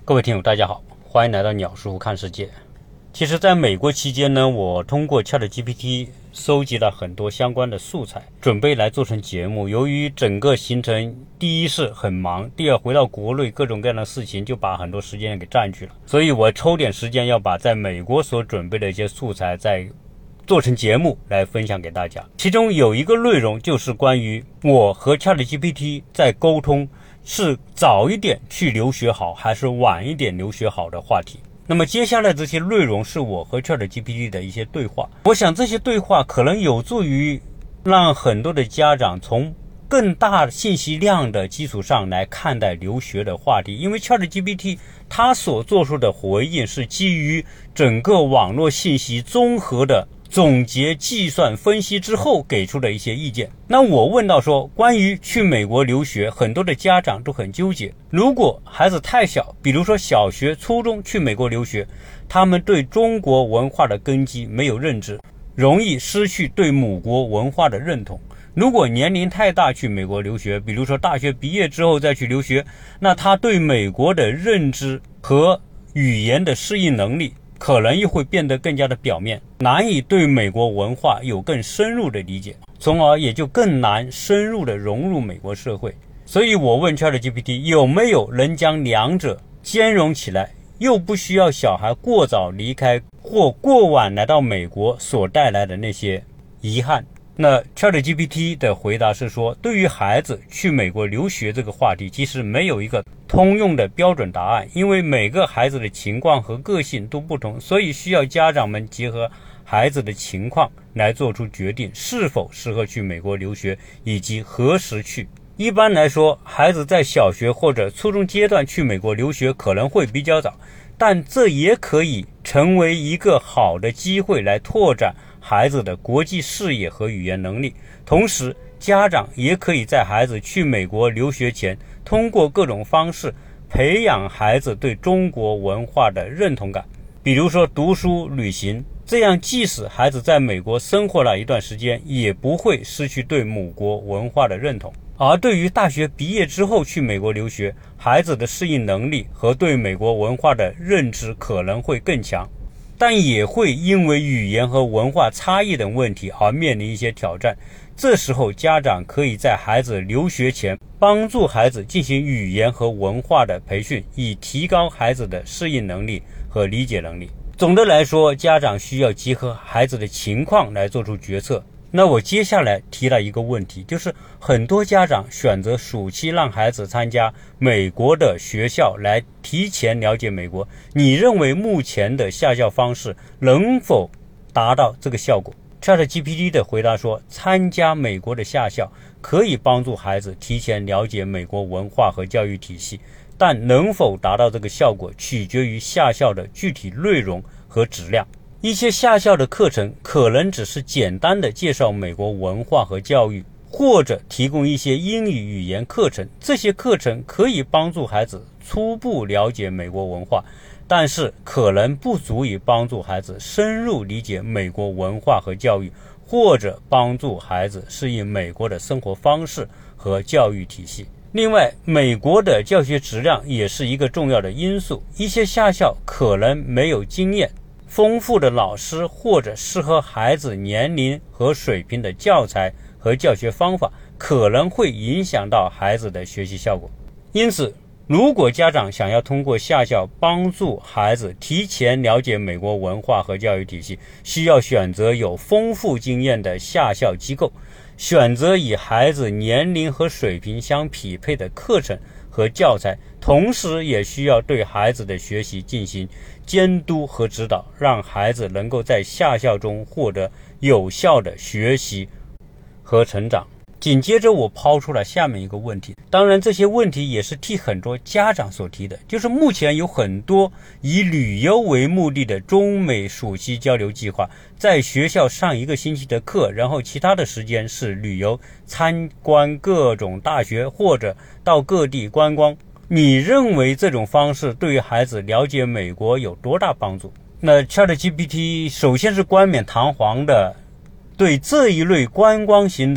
各位听友大家好，欢迎来到鸟叔看世界。其实在美国期间呢，我通过 ChatGPT 收集了很多相关的素材，准备来做成节目。由于整个行程，第一是很忙，第二回到国内各种各样的事情就把很多时间给占据了，所以我抽点时间要把在美国所准备的一些素材再做成节目来分享给大家。其中有一个内容就是关于我和 ChatGPT 在沟通是早一点去留学好还是晚一点留学好的话题。那么接下来这些内容是我和 ChatGPT 的一些对话，我想这些对话可能有助于让很多的家长从更大信息量的基础上来看待留学的话题。因为 ChatGPT 它所做出的回应是基于整个网络信息综合的总结、计算、分析之后给出的一些意见。那我问到说，关于去美国留学，很多的家长都很纠结。如果孩子太小，比如说小学、初中去美国留学，他们对中国文化的根基没有认知，容易失去对母国文化的认同。如果年龄太大去美国留学，比如说大学毕业之后再去留学，那他对美国的认知和语言的适应能力可能又会变得更加的表面，难以对美国文化有更深入的理解，从而也就更难深入的融入美国社会。所以我问 ChatGPT 有没有能将两者兼容起来，又不需要小孩过早离开或过晚来到美国所带来的那些遗憾。那 ChatGPT 的回答是说，对于孩子去美国留学这个话题，其实没有一个通用的标准答案，因为每个孩子的情况和个性都不同，所以需要家长们结合孩子的情况来做出决定，是否适合去美国留学以及何时去。一般来说，孩子在小学或者初中阶段去美国留学可能会比较早，但这也可以成为一个好的机会来拓展孩子的国际视野和语言能力。同时，家长也可以在孩子去美国留学前，通过各种方式培养孩子对中国文化的认同感，比如说读书、旅行，这样即使孩子在美国生活了一段时间，也不会失去对母国文化的认同。而对于大学毕业之后去美国留学，孩子的适应能力和对美国文化的认知可能会更强，但也会因为语言和文化差异等问题而面临一些挑战。这时候家长可以在孩子留学前帮助孩子进行语言和文化的培训，以提高孩子的适应能力和理解能力。总的来说，家长需要结合孩子的情况来做出决策。那我接下来提了一个问题，就是很多家长选择暑期让孩子参加美国的学校来提前了解美国，你认为目前的下校方式能否达到这个效果？ ChatGPT 的回答说，参加美国的下校可以帮助孩子提前了解美国文化和教育体系，但能否达到这个效果取决于下校的具体内容和质量。一些下校的课程可能只是简单的介绍美国文化和教育，或者提供一些英语语言课程，这些课程可以帮助孩子初步了解美国文化，但是可能不足以帮助孩子深入理解美国文化和教育，或者帮助孩子适应美国的生活方式和教育体系。另外，美国的教学质量也是一个重要的因素，一些下校可能没有经验丰富的老师，或者适合孩子年龄和水平的教材和教学方法，可能会影响到孩子的学习效果。因此，如果家长想要通过下校帮助孩子提前了解美国文化和教育体系，需要选择有丰富经验的下校机构，选择以孩子年龄和水平相匹配的课程和教材，同时也需要对孩子的学习进行监督和指导，让孩子能够在下校中获得有效的学习和成长。紧接着我抛出了下面一个问题，当然这些问题也是替很多家长所提的，就是目前有很多以旅游为目的的中美暑期交流计划，在学校上一个星期的课，然后其他的时间是旅游，参观各种大学或者到各地观光。你认为这种方式对于孩子了解美国有多大帮助？那 ChatGPT 首先是冠冕堂皇的对这一类观光型的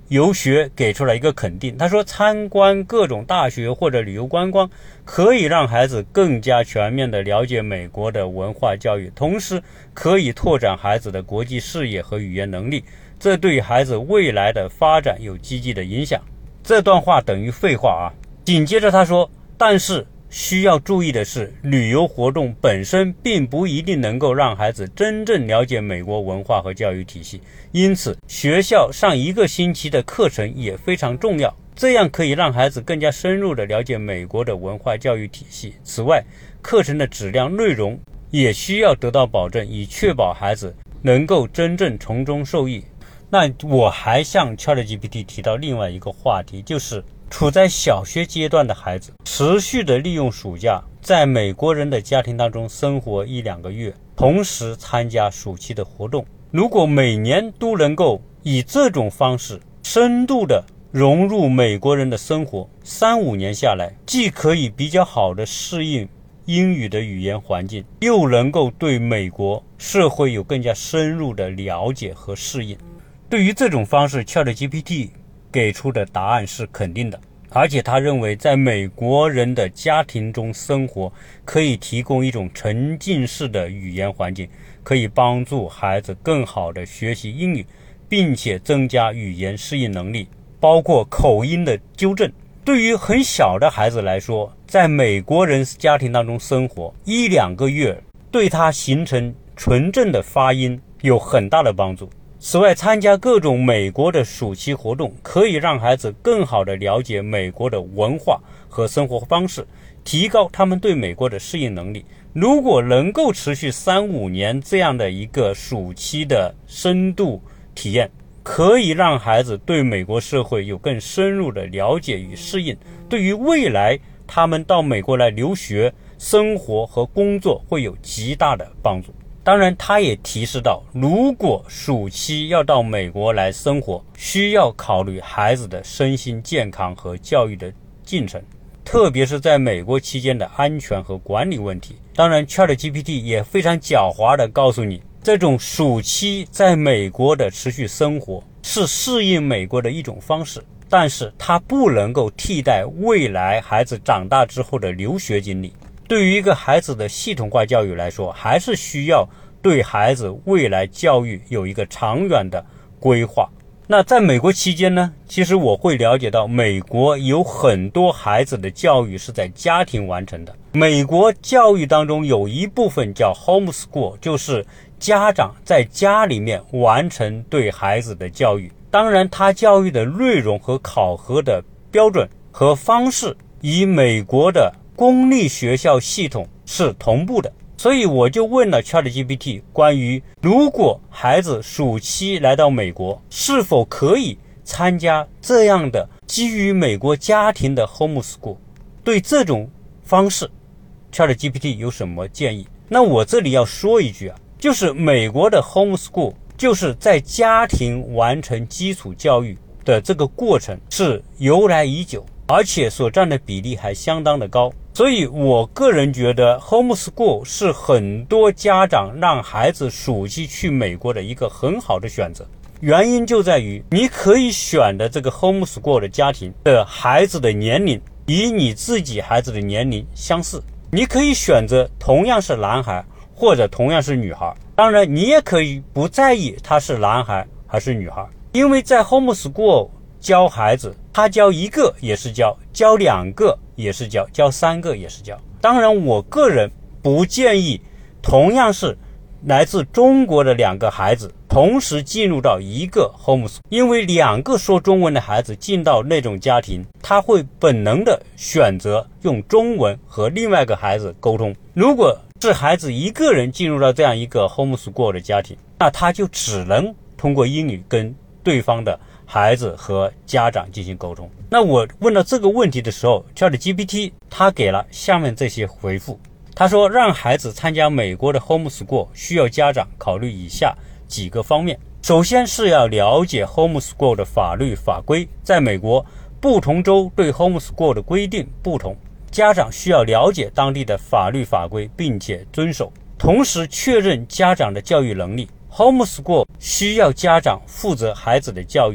游学给出了一个肯定，他说参观各种大学或者旅游观光可以让孩子更加全面地了解美国的文化教育，同时可以拓展孩子的国际视野和语言能力，这对孩子未来的发展有积极的影响。这段话等于废话啊。紧接着他说，但是需要注意的是，旅游活动本身并不一定能够让孩子真正了解美国文化和教育体系，因此学校上1个星期的课程也非常重要，这样可以让孩子更加深入地了解美国的文化教育体系。此外，课程的质量内容也需要得到保证，以确保孩子能够真正从中受益。那我还向 ChatGPT 提到另外一个话题，就是处在小学阶段的孩子持续的利用暑假在美国人的家庭当中生活1-2个月，同时参加暑期的活动。如果每年都能够以这种方式深度的融入美国人的生活，3-5年下来，既可以比较好的适应英语的语言环境，又能够对美国社会有更加深入的了解和适应。对于这种方式， ChatGPT 给出的答案是肯定的，而且他认为在美国人的家庭中生活可以提供一种沉浸式的语言环境，可以帮助孩子更好地学习英语，并且增加语言适应能力，包括口音的纠正。对于很小的孩子来说，在美国人家庭当中生活1-2个月，对他形成纯正的发音有很大的帮助。此外，参加各种美国的暑期活动，可以让孩子更好地了解美国的文化和生活方式，提高他们对美国的适应能力。如果能够持续3-5年这样的一个暑期的深度体验，可以让孩子对美国社会有更深入的了解与适应，对于未来他们到美国来留学、生活和工作会有极大的帮助。当然，他也提示到，如果暑期要到美国来生活，需要考虑孩子的身心健康和教育的进程，特别是在美国期间的安全和管理问题。当然 ChatGPT 也非常狡猾地告诉你，这种暑期在美国的持续生活是适应美国的一种方式，但是它不能够替代未来孩子长大之后的留学经历。对于一个孩子的系统化教育来说，还是需要对孩子未来教育有一个长远的规划。那在美国期间呢，其实我会了解到，美国有很多孩子的教育是在家庭完成的。美国教育当中有一部分叫 homeschool， 就是家长在家里面完成对孩子的教育。当然，他教育的内容和考核的标准和方式与美国的公立学校系统是同步的。所以我就问了 ChatGPT 关于如果孩子暑期来到美国，是否可以参加这样的基于美国家庭的 homeschool， 对这种方式 ChatGPT 有什么建议？那我这里要说一句啊，就是美国的 homeschool 就是在家庭完成基础教育的这个过程是由来已久，而且所占的比例还相当的高。所以我个人觉得 homeschool 是很多家长让孩子暑期去美国的一个很好的选择。原因就在于你可以选的这个 homeschool 的家庭的孩子的年龄与你自己孩子的年龄相似，你可以选择同样是男孩或者同样是女孩，当然你也可以不在意他是男孩还是女孩，因为在 homeschool 教孩子，他教1个也是教2个也是教3个也是教。当然我个人不建议同样是来自中国的2个孩子同时进入到一个 homeschool， 因为2个说中文的孩子进到那种家庭，他会本能的选择用中文和另外一个孩子沟通。如果是孩子1个人进入到这样一个 homeschool 的家庭，那他就只能通过英语跟对方的孩子和家长进行沟通。那我问到这个问题的时候， ChatGPT 他给了下面这些回复。他说，让孩子参加美国的 homeschool 需要家长考虑以下几个方面。首先是要了解 homeschool 的法律法规，在美国不同州对 homeschool 的规定不同，家长需要了解当地的法律法规并且遵守，同时确认家长的教育能力。homeschool 需要家长负责孩子的教育，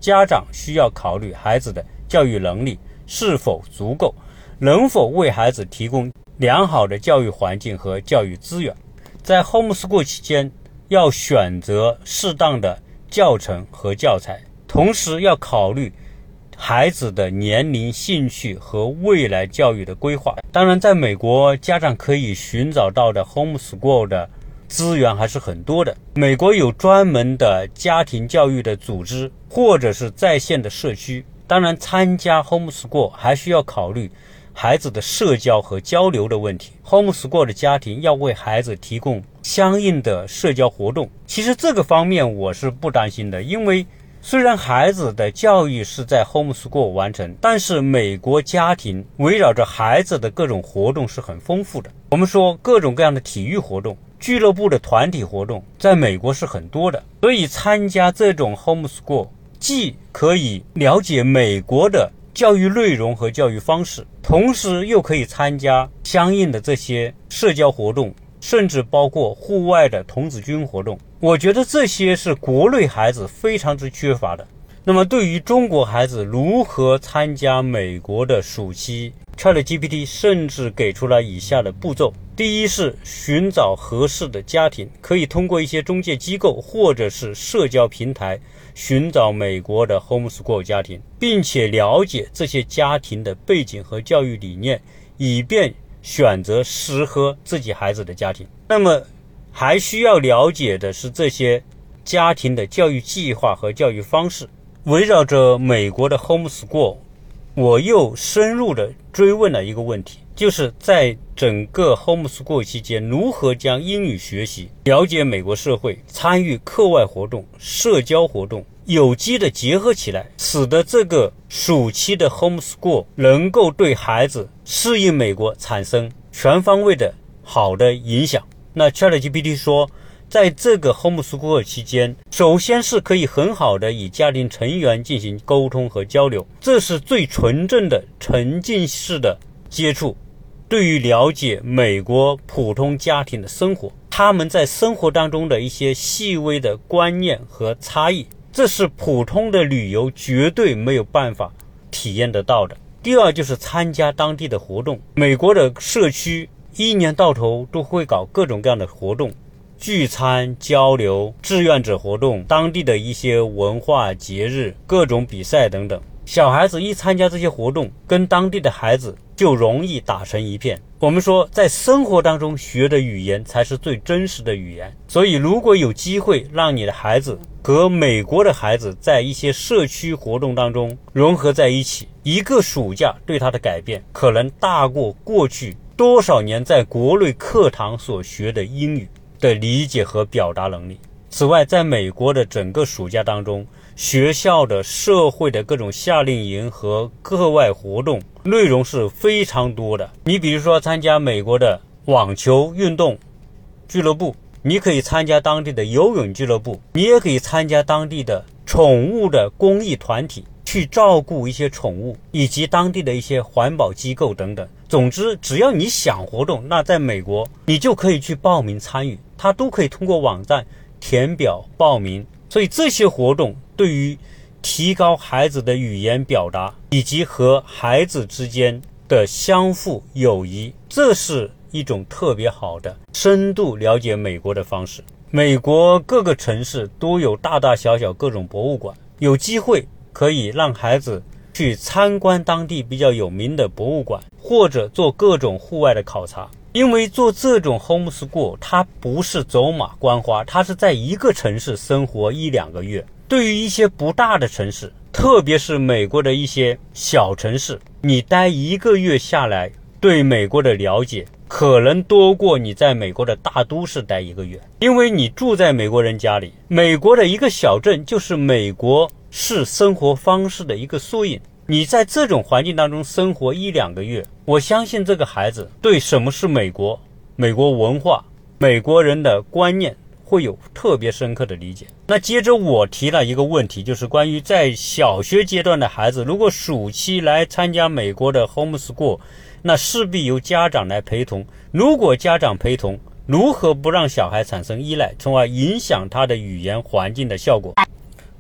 家长需要考虑孩子的教育能力是否足够，能否为孩子提供良好的教育环境和教育资源。在 homeschool 期间，要选择适当的教程和教材，同时要考虑孩子的年龄、兴趣和未来教育的规划。当然，在美国，家长可以寻找到的 homeschool 的资源还是很多的。美国有专门的家庭教育的组织，或者是在线的社区。当然，参加 homeschool 还需要考虑孩子的社交和交流的问题。homeschool 的家庭要为孩子提供相应的社交活动。其实这个方面我是不担心的，因为虽然孩子的教育是在 homeschool 完成，但是美国家庭围绕着孩子的各种活动是很丰富的。我们说各种各样的体育活动、俱乐部的团体活动在美国是很多的，所以参加这种 homeschool 既可以了解美国的教育内容和教育方式，同时又可以参加相应的这些社交活动，甚至包括户外的童子军活动。我觉得这些是国内孩子非常之缺乏的。那么对于中国孩子如何参加美国的暑期， ChatGPT 甚至给出了以下的步骤。第一是寻找合适的家庭，可以通过一些中介机构或者是社交平台寻找美国的 homeschool 家庭，并且了解这些家庭的背景和教育理念，以便选择适合自己孩子的家庭。那么还需要了解的是这些家庭的教育计划和教育方式。围绕着美国的 homeschool， 我又深入的追问了一个问题，就是在整个 homeschool 期间，如何将英语学习、了解美国社会、参与课外活动、社交活动有机的结合起来，使得这个暑期的 homeschool 能够对孩子适应美国产生全方位的好的影响。那 ChatGPT 说，在这个 homeschool 期间，首先是可以很好的与家庭成员进行沟通和交流，这是最纯正的沉浸式的接触。对于了解美国普通家庭的生活，他们在生活当中的一些细微的观念和差异，这是普通的旅游绝对没有办法体验得到的。第二就是参加当地的活动，美国的社区一年到头都会搞各种各样的活动，聚餐、交流、志愿者活动、当地的一些文化节日、各种比赛等等。小孩子一参加这些活动，跟当地的孩子就容易打成一片。我们说，在生活当中学的语言才是最真实的语言。所以如果有机会让你的孩子和美国的孩子在一些社区活动当中融合在一起，一个暑假对他的改变可能大过过去多少年在国内课堂所学的英语的理解和表达能力。此外，在美国的整个暑假当中，学校的社会的各种夏令营和课外活动内容是非常多的。你比如说参加美国的网球运动俱乐部，你可以参加当地的游泳俱乐部，你也可以参加当地的宠物的公益团体，去照顾一些宠物，以及当地的一些环保机构等等。总之，只要你想活动，那在美国你就可以去报名参与，它都可以通过网站填表报名。所以这些活动对于提高孩子的语言表达以及和孩子之间的相互友谊，这是一种特别好的深度了解美国的方式。美国各个城市都有大大小小各种博物馆，有机会可以让孩子去参观当地比较有名的博物馆，或者做各种户外的考察。因为做这种 homeschool 它不是走马观花，它是在一个城市生活1-2个月。对于一些不大的城市，特别是美国的一些小城市，你待1个月下来，对美国的了解可能多过你在美国的大都市待1个月。因为你住在美国人家里，美国的一个小镇就是美国式生活方式的一个缩影。你在这种环境当中生活1-2个月，我相信这个孩子对什么是美国、美国文化、美国人的观念会有特别深刻的理解。那接着我提了一个问题，就是关于在小学阶段的孩子，如果暑期来参加美国的 homeschool， 那势必由家长来陪同。如果家长陪同，如何不让小孩产生依赖，从而影响他的语言环境的效果？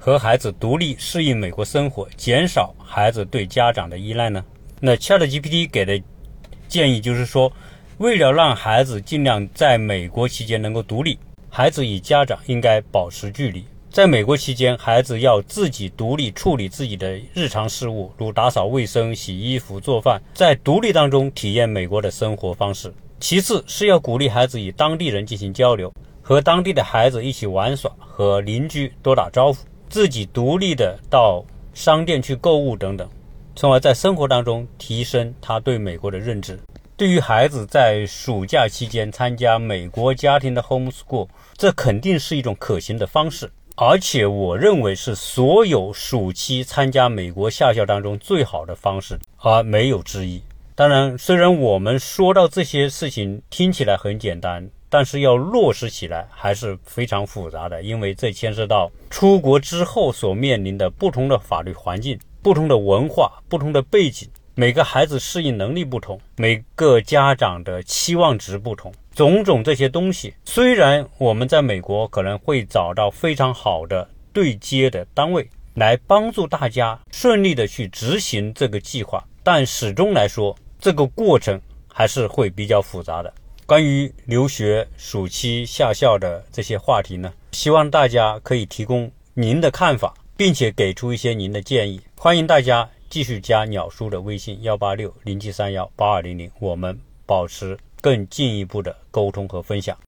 和孩子独立适应美国生活，减少孩子对家长的依赖呢？那 ChatGPT 给的建议就是说，为了让孩子尽量在美国期间能够独立，孩子与家长应该保持距离。在美国期间，孩子要自己独立处理自己的日常事务，如打扫卫生、洗衣服、做饭，在独立当中体验美国的生活方式。其次是要鼓励孩子与当地人进行交流，和当地的孩子一起玩耍，和邻居多打招呼，自己独立的到商店去购物等等，从而在生活当中提升他对美国的认知。对于孩子在暑假期间参加美国家庭的 homeschool， 这肯定是一种可行的方式，而且我认为是所有暑期参加美国夏校当中最好的方式，而没有之一。当然，虽然我们说到这些事情听起来很简单，但是要落实起来还是非常复杂的，因为这牵涉到出国之后所面临的不同的法律环境、不同的文化、不同的背景，每个孩子适应能力不同，每个家长的期望值不同，种种这些东西，虽然我们在美国可能会找到非常好的对接的单位来帮助大家顺利的去执行这个计划，但始终来说，这个过程还是会比较复杂的。关于留学、暑期、夏校的这些话题呢，希望大家可以提供您的看法，并且给出一些您的建议。欢迎大家继续加鸟叔的微信18607318200，我们保持更进一步的沟通和分享。